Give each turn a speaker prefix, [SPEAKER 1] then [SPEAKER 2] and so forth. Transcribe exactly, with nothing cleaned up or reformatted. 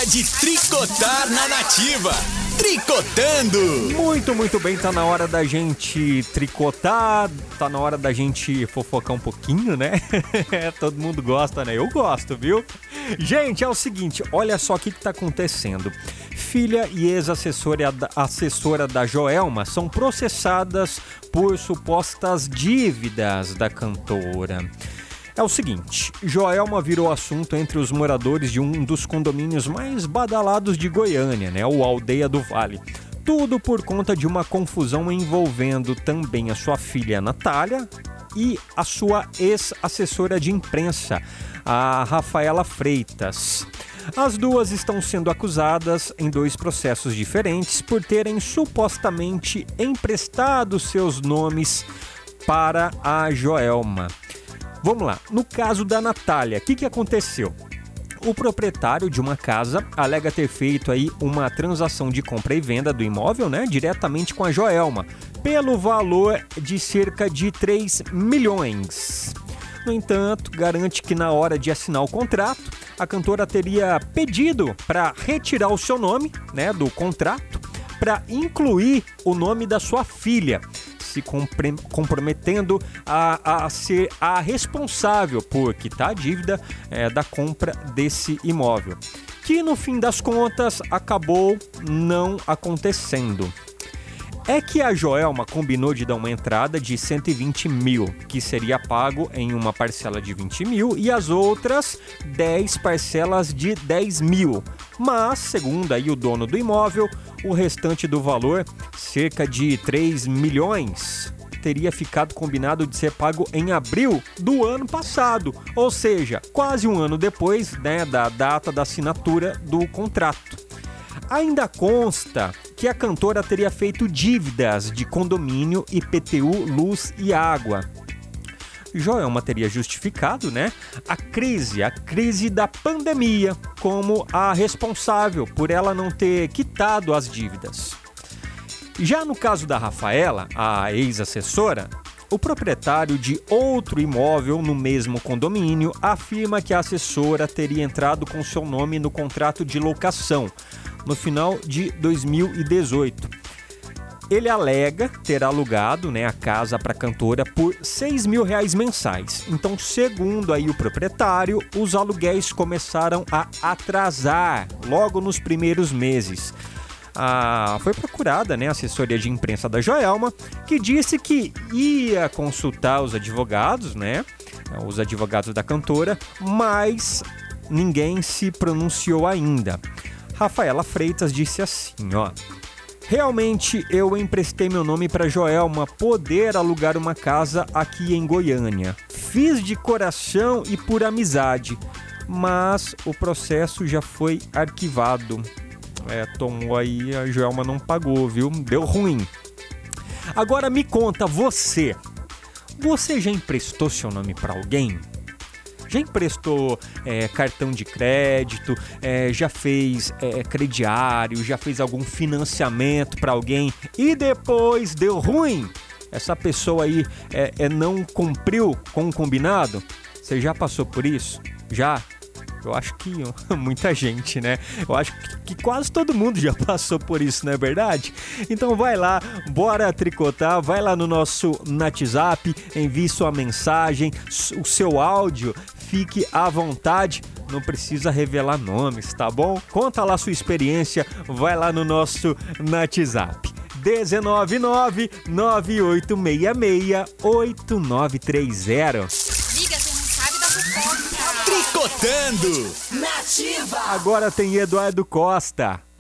[SPEAKER 1] hora de tricotar na Nativa. Tricotando!
[SPEAKER 2] Muito, muito bem, tá na hora da gente tricotar, tá na hora da gente fofocar um pouquinho, né? Todo mundo gosta, né? Eu gosto, viu? Gente, é o seguinte, olha só o que que tá acontecendo. Filha e ex-assessora assessora da Joelma são processadas por supostas dívidas da cantora. É o seguinte, Joelma virou assunto entre os moradores de um dos condomínios mais badalados de Goiânia, né, o Aldeia do Vale. Tudo por conta de uma confusão envolvendo também a sua filha Natália e a sua ex-assessora de imprensa, a Rafaela Freitas. As duas estão sendo acusadas em dois processos diferentes por terem supostamente emprestado seus nomes para a Joelma. Vamos lá, no caso da Natália, o que, que aconteceu? O proprietário de uma casa alega ter feito aí uma transação de compra e venda do imóvel, né, diretamente com a Joelma, pelo valor de cerca de três milhões. No entanto, garante que na hora de assinar o contrato, a cantora teria pedido para retirar o seu nome, né, do contrato, para incluir o nome da sua filha, se comprometendo a, a ser a responsável por quitar a dívida é, da compra desse imóvel, que no fim das contas acabou não acontecendo. É que a Joelma combinou de dar uma entrada de cento e vinte mil, que seria pago em uma parcela de vinte mil e as outras dez parcelas de dez mil. Mas, segundo aí o dono do imóvel, o restante do valor, cerca de três milhões, teria ficado combinado de ser pago em abril do ano passado, ou seja, quase um ano depois, né, da data da assinatura do contrato. Ainda consta que a cantora teria feito dívidas de condomínio, I P T U, luz e água. Joelma teria justificado, né, a crise, a crise da pandemia, como a responsável por ela não ter quitado as dívidas. Já no caso da Rafaela, a ex-assessora, o proprietário de outro imóvel no mesmo condomínio afirma que a assessora teria entrado com seu nome no contrato de locação no final de dois mil e dezoito. Ele alega ter alugado, né, a casa para a cantora por seis mil reais mensais. Então, segundo aí o proprietário, os aluguéis começaram a atrasar logo nos primeiros meses. Ah, foi procurada, né, a assessoria de imprensa da Joelma, que disse que ia consultar os advogados, né, os advogados da cantora, mas ninguém se pronunciou ainda. Rafaela Freitas disse assim, ó: realmente eu emprestei meu nome para Joelma poder alugar uma casa aqui em Goiânia. Fiz de coração e por amizade, mas o processo já foi arquivado. É, tomou aí, a Joelma não pagou, viu? Deu ruim. Agora me conta, você, você já emprestou seu nome para alguém? Já emprestou é, cartão de crédito, é, já fez é, crediário, já fez algum financiamento para alguém e depois deu ruim? Essa pessoa aí é, é, não cumpriu com o combinado? Você já passou por isso? Já? Eu acho que muita gente, né? Eu acho que, que quase todo mundo já passou por isso, não é verdade? Então vai lá, bora tricotar, vai lá no nosso WhatsApp, envie sua mensagem, o seu áudio, fique à vontade, não precisa revelar nomes, tá bom? Conta lá sua experiência, vai lá no nosso WhatsApp. um nove nove, nove oito seis seis, oito nove três zero.
[SPEAKER 3] Liga, você não sabe da fofoca.
[SPEAKER 1] Tricotando!
[SPEAKER 3] Nativa!
[SPEAKER 2] Agora tem Eduardo Costa.